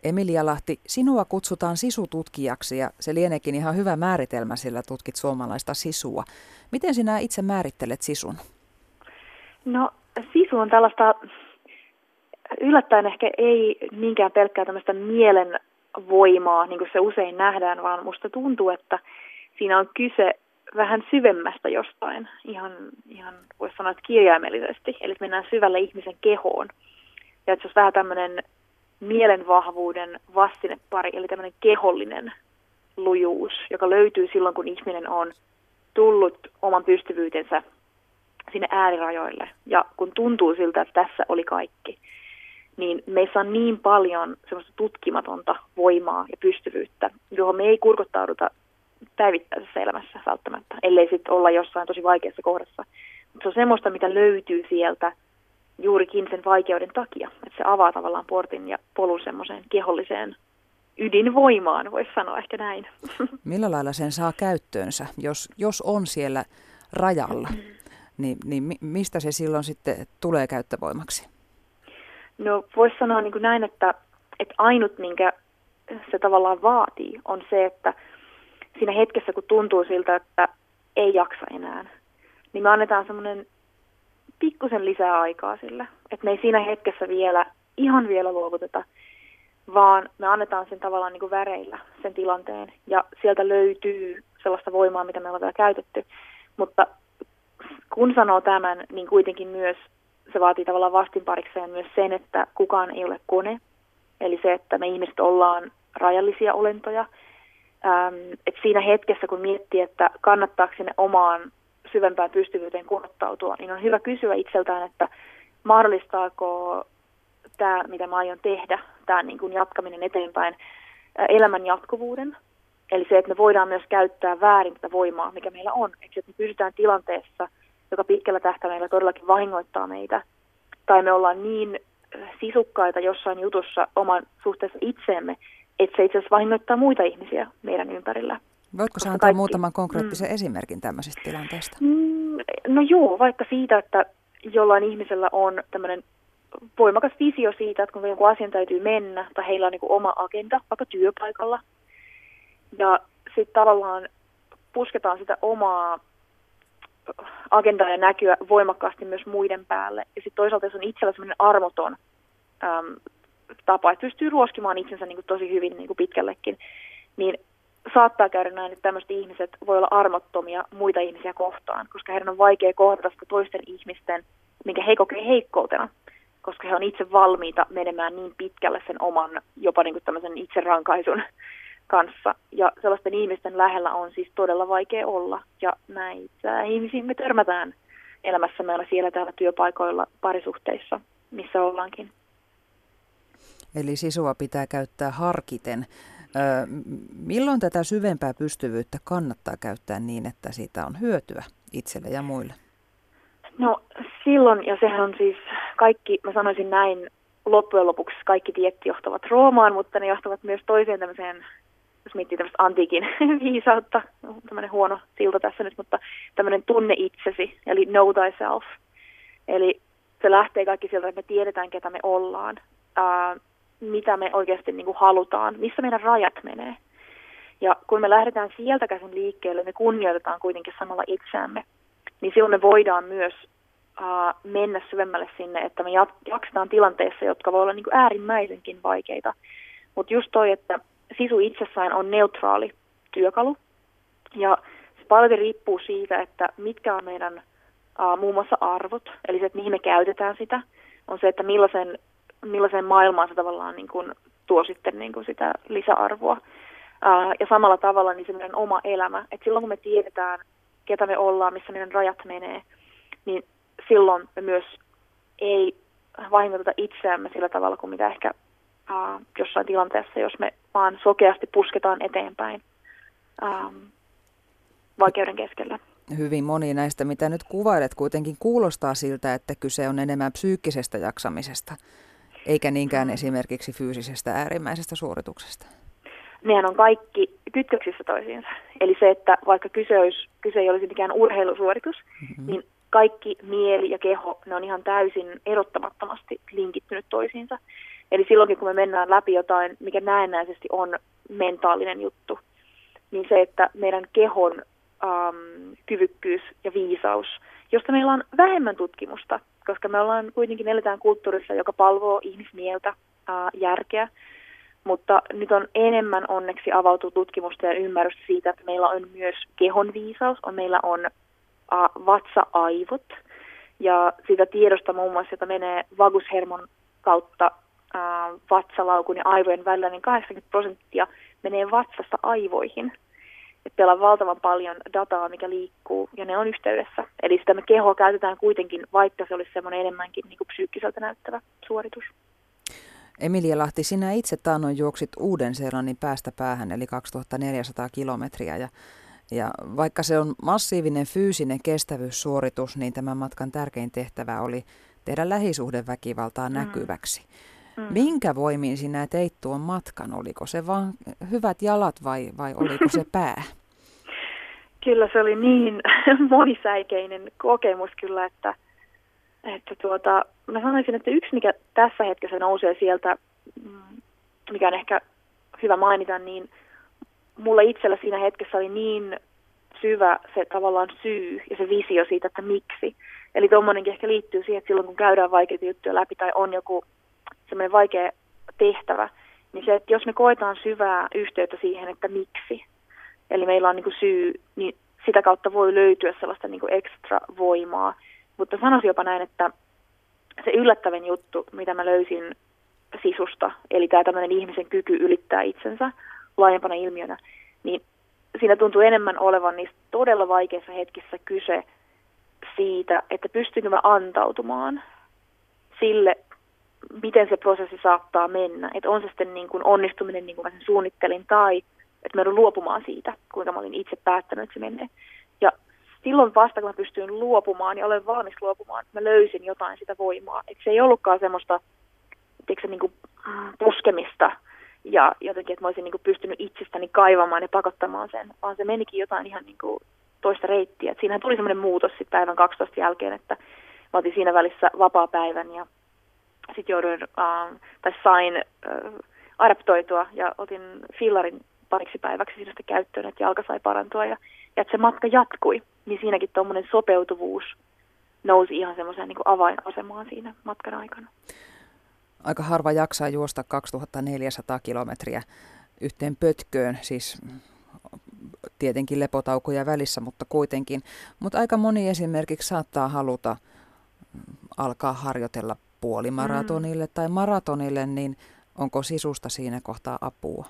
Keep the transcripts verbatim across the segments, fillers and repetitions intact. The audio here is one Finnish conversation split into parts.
Emilia Lahti, sinua kutsutaan sisututkijaksi ja se lieneekin ihan hyvä määritelmä, sillä tutkit suomalaista sisua. Miten sinä itse määrittelet sisun? No sisu on tällaista, yllättäen ehkä ei niinkään pelkkää tämmöistä mielen voimaa, niin kuin se usein nähdään, vaan musta tuntuu, että siinä on kyse vähän syvemmästä jostain, ihan, ihan voisi sanoa, että kirjaimellisesti. Eli mennään syvälle ihmisen kehoon. Ja että se olisi vähän tämmöinen mielenvahvuuden vastinepari, eli tämmöinen kehollinen lujuus, joka löytyy silloin, kun ihminen on tullut oman pystyvyytensä sinne äärirajoille. Ja kun tuntuu siltä, että tässä oli kaikki, niin meissä on niin paljon semmoista tutkimatonta voimaa ja pystyvyyttä, johon me ei kurkottauduta päivittäisessä elämässä välttämättä, ellei sitten olla jossain tosi vaikeassa kohdassa. Mutta se on semmoista, mitä löytyy sieltä juurikin sen vaikeuden takia, että se avaa tavallaan portin ja polun semmoiseen keholliseen ydinvoimaan, voisi sanoa ehkä näin. Millä lailla sen saa käyttöönsä, jos, jos on siellä rajalla, niin, niin mistä se silloin sitten tulee käyttövoimaksi? No voisi sanoa niin kuin näin, että, että ainut, minkä se tavallaan vaatii, on se, että siinä hetkessä, kun tuntuu siltä, että ei jaksa enää, niin me annetaan semmoinen pikkusen lisää aikaa sille. Että me ei siinä hetkessä vielä, ihan vielä luovuteta, vaan me annetaan sen tavallaan niin kuin väreillä sen tilanteen. Ja sieltä löytyy sellaista voimaa, mitä me ollaan vielä käytetty. Mutta kun sanoo tämän, niin kuitenkin myös se vaatii tavallaan vastinparikseen myös sen, että kukaan ei ole kone. Eli se, että me ihmiset ollaan rajallisia olentoja. Ähm, että siinä hetkessä, kun miettii, että kannattaako sinne omaan syvempään pystyvyyteen kunnottautua, niin on hyvä kysyä itseltään, että mahdollistaako tämä, mitä mä aion tehdä, tämä niin kuin jatkaminen eteenpäin, elämän jatkuvuuden. Eli se, että me voidaan myös käyttää väärin tätä voimaa, mikä meillä on. Eli että me pysytään tilanteessa, joka pitkällä tähtäimellä todellakin vahingoittaa meitä. Tai me ollaan niin sisukkaita jossain jutussa oman suhteessa itseemme, että se itse asiassa vahingoittaa muita ihmisiä meidän ympärillä. Voitko sä antaa kaikki muutaman konkreettisen mm. esimerkin tämmöisestä tilanteesta? Mm, no joo, vaikka siitä, että jollain ihmisellä on tämmöinen voimakas visio siitä, että kun jonkun asian täytyy mennä, tai heillä on niin kuin oma agenda, vaikka työpaikalla, ja sitten tavallaan pusketaan sitä omaa agendaa ja näkyä voimakkaasti myös muiden päälle. Ja sitten toisaalta jos on itsellä semmoinen armoton äm, tapa, että pystyy ruoskimaan itsensä niin kuin tosi hyvin niin kuin pitkällekin, niin saattaa käydä näin, että tämmöiset ihmiset voi olla armottomia muita ihmisiä kohtaan, koska heidän on vaikea kohdata sitä toisten ihmisten, minkä he kokee heikkoutena, koska he on itse valmiita menemään niin pitkälle sen oman, jopa niin kuin tämmöisen itserankaisun kanssa. Ja sellaisten ihmisten lähellä on siis todella vaikea olla, ja näitä ihmisiä me törmätään elämässämme aina siellä täällä työpaikoilla, parisuhteissa, missä ollaankin. Eli sisua pitää käyttää harkiten. Ö, milloin tätä syvempää pystyvyyttä kannattaa käyttää niin, että siitä on hyötyä itselle ja muille? No silloin, ja sehän on siis kaikki, mä sanoisin näin, loppujen lopuksi kaikki tiet johtavat Roomaan, mutta ne johtavat myös toiseen tämmöiseen, jos miettii tämmöistä antiikin viisautta, tämmöinen huono silta tässä nyt, mutta tämmöinen tunne itsesi, eli know thyself. Eli se lähtee kaikki sieltä, että me tiedetään, ketä me ollaan, ää, mitä me oikeasti niin kuin halutaan, missä meidän rajat menee. Ja kun me lähdetään sieltä käsin liikkeelle, me kunnioitetaan kuitenkin samalla itseämme, niin silloin me voidaan myös uh, mennä syvemmälle sinne, että me jaksetaan tilanteissa, jotka voi olla niin kuin äärimmäisenkin vaikeita. Mutta just toi, että sisu itsessään on neutraali työkalu, ja se paljon riippuu siitä, että mitkä on meidän uh, muun muassa arvot, eli se, että mihin me käytetään sitä, on se, että millaisen, millaiseen maailmaan se tavallaan niin kuin tuo sitten niin kuin sitä lisäarvoa. Uh, ja samalla tavalla niin se meidän oma elämä, että silloin kun me tiedetään, ketä me ollaan, missä meidän rajat menee, niin silloin me myös ei vahingoiteta itseämme sillä tavalla kuin mitä ehkä uh, jossain tilanteessa, jos me vaan sokeasti pusketaan eteenpäin um, vaikeuden keskellä. Hyvin moni näistä, mitä nyt kuvailet, kuitenkin kuulostaa siltä, että kyse on enemmän psyykkisestä jaksamisesta, eikä niinkään esimerkiksi fyysisestä äärimmäisestä suorituksesta. Nehän on kaikki kytköksissä toisiinsa. Eli se, että vaikka kyse, olisi, kyse ei olisi mikään urheilusuoritus, mm-hmm. niin kaikki mieli ja keho, ne on ihan täysin erottamattomasti linkittynyt toisiinsa. Eli silloinkin, kun me mennään läpi jotain, mikä näennäisesti on mentaalinen juttu, niin se, että meidän kehon ähm, kyvykkyys ja viisaus, josta meillä on vähemmän tutkimusta, koska me ollaan kuitenkin eletään kulttuurissa, joka palvoo ihmismieltä, äh, järkeä, mutta nyt on enemmän onneksi avautu tutkimusta ja ymmärrystä siitä, että meillä on myös kehon viisaus, on, meillä on äh, vatsa-aivot, ja sitä tiedosta muun muassa, jota menee vagushermon kautta äh, vatsalaukun ja aivojen välillä, niin kahdeksankymmentä prosenttia menee vatsasta aivoihin. Että meillä on valtavan paljon dataa, mikä liikkuu, ja ne on yhteydessä. Eli sitä me kehoa käytetään kuitenkin, vaikka se olisi semmoinen enemmänkin niin kuin psyykkiseltä näyttävä suoritus. Emilia Lahti, sinä itse taannoin juoksit Uuden-Seelannin päästä päähän, eli kaksituhattaneljäsataa kilometriä. Ja, ja vaikka se on massiivinen fyysinen kestävyyssuoritus, niin tämän matkan tärkein tehtävä oli tehdä lähisuhdeväkivaltaa mm. näkyväksi. Mm. Minkä voimin sinä teit tuon matkan? Oliko se vaan hyvät jalat vai, vai oliko se pää? Kyllä se oli niin monisäikeinen kokemus kyllä, että, että tuota, mä sanoisin, että yksi mikä tässä hetkessä nousee sieltä, mikä on ehkä hyvä mainita, niin mulla itsellä siinä hetkessä oli niin syvä se tavallaan syy ja se visio siitä, että miksi. Eli tuommoinenkin ehkä liittyy siihen, että silloin kun käydään vaikeita juttuja läpi tai on joku semmoinen vaikea tehtävä, niin se, että jos me koetaan syvää yhteyttä siihen, että miksi, eli meillä on niin kuin syy, niin sitä kautta voi löytyä sellaista niin kuin ekstra voimaa. Mutta sanoisin jopa näin, että se yllättävin juttu, mitä mä löysin sisusta, eli tämä tämmöinen ihmisen kyky ylittää itsensä laajempana ilmiönä, niin siinä tuntuu enemmän olevan niissä todella vaikeissa hetkissä kyse siitä, että pystyykö mä antautumaan sille, miten se prosessi saattaa mennä. Että on se sitten niin kuin onnistuminen, niin kuin mä sen suunnittelin, tai että mä joudun luopumaan siitä, kuinka mä olin itse päättänyt, että se menee. Ja silloin vasta, kun mä pystyin luopumaan ja olen valmis luopumaan, mä löysin jotain sitä voimaa. Että se ei ollutkaan semmoista tiedätkö, niin kuin puskemista ja jotenkin, että mä olisin niin kuin pystynyt itsestäni kaivamaan ja pakottamaan sen, vaan se menikin jotain ihan niin kuin toista reittiä. Et siinähän tuli semmoinen muutos sitten päivän kaksitoista jälkeen, että mä otin siinä välissä vapaa-päivän ja sitten jouduin, äh, tai sain äh, adaptoitua ja otin fillarin pariksi päiväksi siitä käyttöön, että jalka sai parantua ja, ja että se matka jatkui. Niin siinäkin tuommoinen sopeutuvuus nousi ihan semmoiseen niin kuin avainasemaan siinä matkan aikana. Aika harva jaksaa juosta kaksituhattaneljäsataa kilometriä yhteen pötköön, siis tietenkin lepotaukoja välissä, mutta kuitenkin. Mutta aika moni esimerkiksi saattaa haluta alkaa harjoitella puolimaratonille mm. tai maratonille, niin onko sisusta siinä kohtaa apua?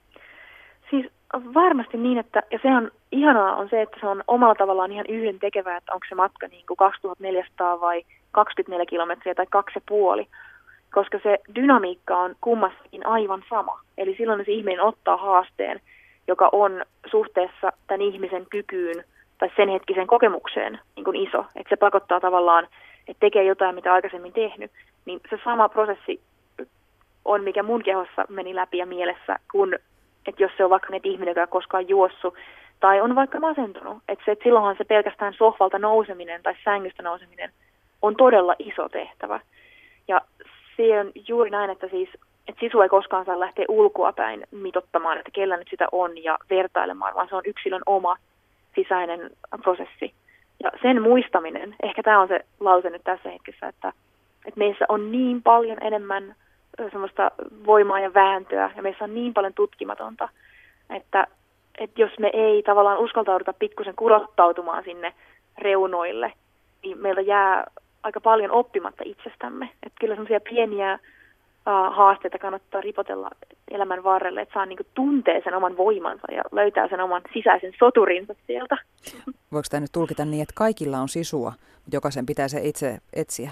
Siis varmasti niin, että ja se on ihanaa on se, että se on omalla tavallaan ihan yhden tekevää, että onko se matka niin kuin kaksituhattaneljäsataa vai kaksikymmentäneljä kilometriä tai kaksi ja puoli, koska se dynamiikka on kummassakin aivan sama. Eli silloin se ihminen ottaa haasteen, joka on suhteessa tämän ihmisen kykyyn tai sen hetkisen kokemukseen niin kuin iso, että se pakottaa tavallaan, että tekee jotain, mitä aikaisemmin tehnyt, niin se sama prosessi on, mikä mun kehossa meni läpi ja mielessä, kun, että jos se on vaikka ne ihminen, joka ei koskaan juossut, tai on vaikka masentunut, että, se, että silloinhan se pelkästään sohvalta nouseminen tai sängystä nouseminen on todella iso tehtävä. Ja se on juuri näin, että siis että sisu ei koskaan saa lähteä ulkoapäin mitottamaan, että kellä nyt sitä on ja vertailemaan, vaan se on yksilön oma sisäinen prosessi. Ja sen muistaminen, ehkä tämä on se lause nyt tässä hetkessä, että, että meissä on niin paljon enemmän semmoista voimaa ja vääntöä, ja meissä on niin paljon tutkimatonta, että, että jos me ei tavallaan uskaltauduta pikkusen kurottautumaan sinne reunoille, niin meiltä jää aika paljon oppimatta itsestämme. Että kyllä semmoisia pieniä uh, haasteita kannattaa ripotella elämän varrelle, että saa niinku tuntee sen oman voimansa ja löytää sen oman sisäisen soturinsa sieltä. Voiko tämä nyt tulkita niin, että kaikilla on sisua, mutta jokaisen pitää se itse etsiä?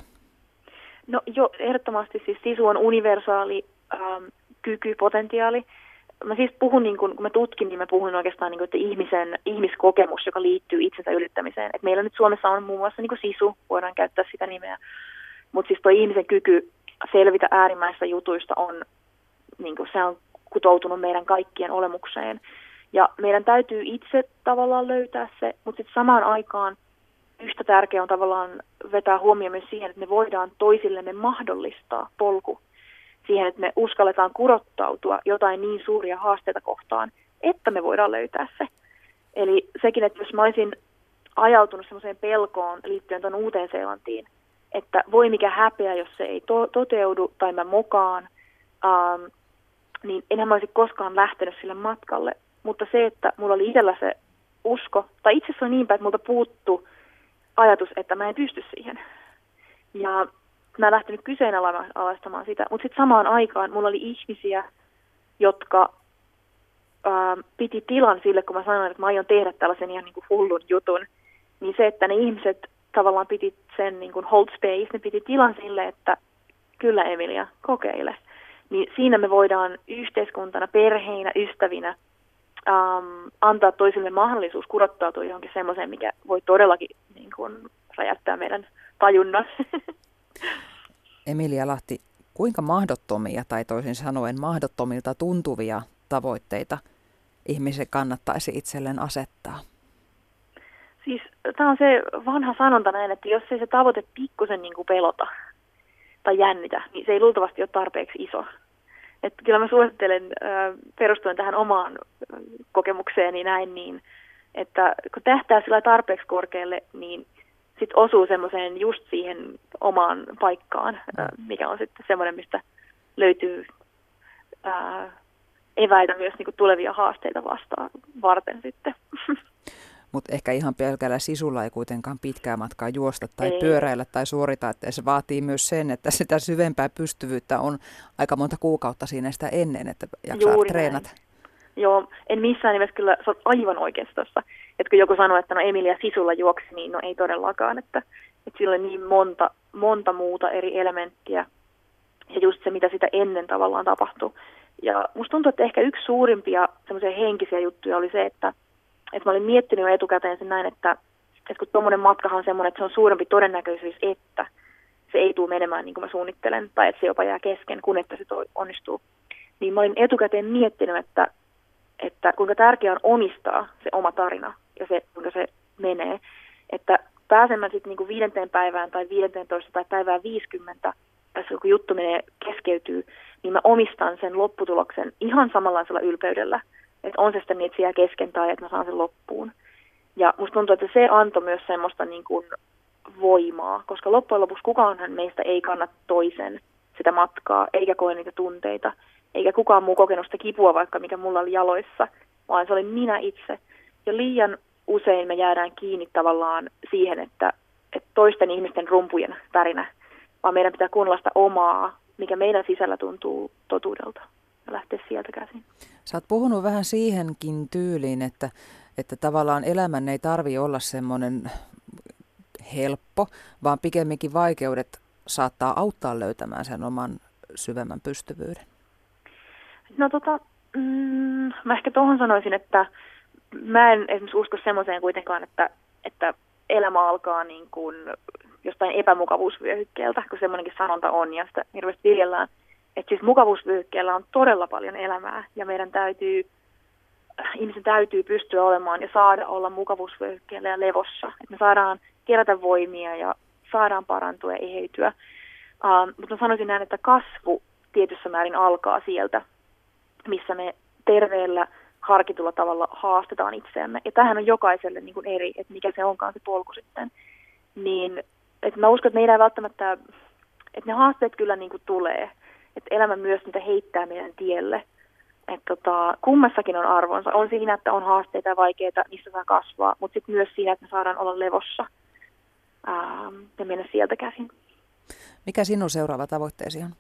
No jo, ehdottomasti siis sisu on universaali ähm, kyky, potentiaali. Mä siis puhun, niin kun, kun mä tutkin, niin mä puhun oikeastaan niin kun, että ihmisen ihmiskokemus, joka liittyy itsensä ylittämiseen. Et meillä nyt Suomessa on muun muassa niin kun sisu, voidaan käyttää sitä nimeä. Mutta siis tuo ihmisen kyky selvitä äärimmäisistä jutuista on, niin kun, se on kutoutunut meidän kaikkien olemukseen. Ja meidän täytyy itse tavallaan löytää se, mutta sitten samaan aikaan yhtä tärkeää on tavallaan vetää huomioon myös siihen, että me voidaan toisillemme mahdollistaa polku. siihen, että me uskalletaan kurottautua jotain niin suuria haasteita kohtaan, että me voidaan löytää se. Eli sekin, että jos mä olisin ajautunut semmoiseen pelkoon liittyen tuon Uuteen-Seelantiin, että voi mikä häpeä, jos se ei to- toteudu tai mä mokaan, ähm, niin enhän mä olisi koskaan lähtenyt sille matkalle. Mutta se, että mulla oli itsellä se usko, tai itse asiassa on niin päin, että multa puuttu ajatus, että mä en pysty siihen. Ja mä en lähtenyt kyseenalaistamaan sitä, mutta sitten samaan aikaan mulla oli ihmisiä, jotka ää, piti tilan sille, kun mä sanoin, että mä aion tehdä tällaisen ihan niin kuin hullun jutun, niin se, että ne ihmiset tavallaan piti sen niin kuin hold space, ne piti tilan sille, että kyllä Emilia, kokeile. Niin siinä me voidaan yhteiskuntana, perheinä, ystävinä äm, antaa toisille mahdollisuus kurottautua johonkin semmoiseen, mikä voi todellakin niin kuin räjäyttää meidän tajunnan. Emilia Lahti, kuinka mahdottomia tai toisin sanoen mahdottomilta tuntuvia tavoitteita ihmisen kannattaisi itselleen asettaa? Siis tämä on se vanha sanonta näin, että jos ei se tavoite pikkusen niin kuin pelota tai jännitä, niin se ei luultavasti ole tarpeeksi iso. Että kyllä mä suosittelen äh, perustuen tähän omaan kokemukseeni näin, niin, että kun tähtää sillä tarpeeksi korkealle, niin sitten osuu semmoiseen just siihen omaan paikkaan, äh, mikä on sitten semmoinen, mistä löytyy äh, eväitä myös niin kuin tulevia haasteita vastaan varten sitten. Mutta ehkä ihan pelkällä sisulla ei kuitenkaan pitkää matkaa juosta tai ei. pyöräillä tai suorita, että se vaatii myös sen, että sitä syvempää pystyvyyttä on aika monta kuukautta siinä sitä ennen, että jaksaa Juuri treenata. Näin. Joo, en missään nimessä kyllä, sä oot aivan oikeassa tuossa, että kun joku sanoo, että no Emilia sisulla juoksi, niin no ei todellakaan, että, että sillä on niin monta, monta muuta eri elementtiä ja just se, mitä sitä ennen tavallaan tapahtui. Ja musta tuntuu, että ehkä yksi suurimpia semmoisia henkisiä juttuja oli se, että että mä olin miettinyt jo etukäteen sen näin, että, että kun tuommoinen matkahan on semmoinen, että se on suurempi todennäköisyys, että se ei tule menemään niin kuin mä suunnittelen, tai että se jopa jää kesken, kun että se toi onnistuu. Niin mä olin etukäteen miettinyt, että, että kuinka tärkeää on omistaa se oma tarina ja se, kuinka se menee. Että pääsen mä sitten niin kuin viidenteen päivään tai viidenteentoista tai päivään viisikymmentä, tässä kun juttu menee, keskeytyy, niin mä omistan sen lopputuloksen ihan samanlaisella ylpeydellä. Että on se sitten niin, että se jää kesken tai että mä saan sen loppuun. Ja musta tuntuu, että se antoi myös semmoista niin kuin voimaa, koska loppujen lopuksi kukaanhan meistä ei kannata toisen sitä matkaa, eikä koe niitä tunteita, eikä kukaan muu kokenut sitä kipua vaikka mikä mulla oli jaloissa, vaan se oli minä itse. Ja liian usein me jäädään kiinni tavallaan siihen, että, että toisten ihmisten rumpujen värinä, vaan meidän pitää kuunnella sitä omaa, mikä meidän sisällä tuntuu totuudelta. Ja lähteä sieltä käsin. Sä oot puhunut vähän siihenkin tyyliin, että, että tavallaan elämän ei tarvitse olla semmoinen helppo, vaan pikemminkin vaikeudet saattaa auttaa löytämään sen oman syvemmän pystyvyyden. No tota, mm, mä ehkä tuohon sanoisin, että mä en esimerkiksi usko semmoiseen kuitenkaan, että, että elämä alkaa niin kuin jostain epämukavuusvyöhykkeeltä, kun semmoinenkin sanonta on ja sitä hirveästi viljellään. Että siis mukavuusvyöhykkeellä on todella paljon elämää ja meidän täytyy, ihmisen täytyy pystyä olemaan ja saada olla mukavuusvyöhykkeellä ja levossa. Että me saadaan kerätä voimia ja saadaan parantua ja eheytyä. Uh, mutta mä sanoisin näin, että kasvu tietyssä määrin alkaa sieltä, missä me terveellä, harkitulla tavalla haastetaan itseämme. Ja tämähän on jokaiselle niin kuin eri, että mikä se onkaan se polku sitten. Niin, että mä uskon, että meidän ei välttämättä, että ne haasteet kyllä niin kuin tulee. Että elämä myös niitä heittää meidän tielle. Että tota, kummassakin on arvonsa. On siinä, että on haasteita ja vaikeita, niissä saa kasvaa, mutta sitten myös siinä, että me saadaan olla levossa ää, ja mennä sieltä käsin. Mikä sinun seuraava tavoitteesi on?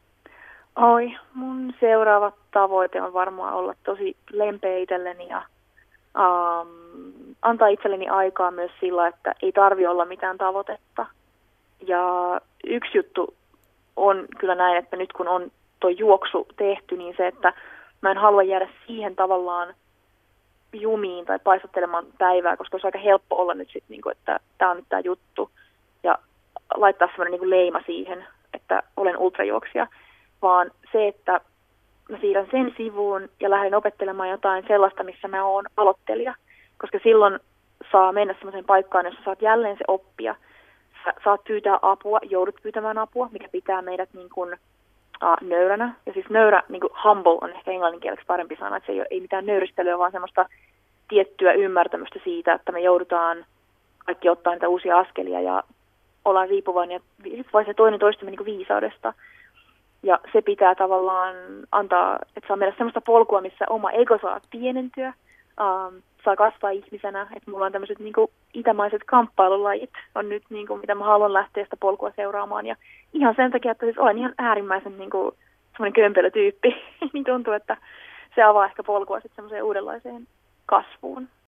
Oi, mun seuraava tavoite on varmaan olla tosi lempeä itselleni ja ähm, antaa itselleni aikaa myös sillä, että ei tarvi olla mitään tavoitetta. Ja yksi juttu on kyllä näin, että nyt kun on tuo juoksu tehty, niin se, että mä en halua jäädä siihen tavallaan jumiin tai paistattelemaan päivää, koska olisi aika helppo olla nyt sitten, niin että tämä on nyt tämä juttu ja laittaa semmoinen niin leima siihen, että olen ultrajuoksija, vaan se, että mä siirrän sen sivuun ja lähden opettelemaan jotain sellaista, missä mä oon aloittelija, koska silloin saa mennä semmoiseen paikkaan, jossa saat jälleen se oppia. Sä saat pyytää apua, joudut pyytämään apua, mikä pitää meidät niin kuin, uh, nöyränä. Ja siis nöyrä, niin kuin humble on ehkä englanninkieleksi parempi sana, että se ei ole ei mitään nöyristelyä, vaan semmoista tiettyä ymmärtämystä siitä, että me joudutaan kaikki ottaa niitä uusia askelia ja ollaan riippuvainen vai se toinen toistemme niin kuin viisaudesta. Ja se pitää tavallaan antaa, että saa mennä semmoista polkua, missä oma ego saa pienentyä, um, saa kasvaa ihmisenä. Että mulla on tämmöiset niin kuin itämaiset kamppailulajit on nyt, niin kuin, mitä mä haluan lähteä sitä polkua seuraamaan. Ja ihan sen takia, että siis olen ihan äärimmäisen niin kuin, semmoinen kömpelötyyppi, niin tuntuu, että se avaa ehkä polkua sitten semmoiseen uudenlaiseen kasvuun.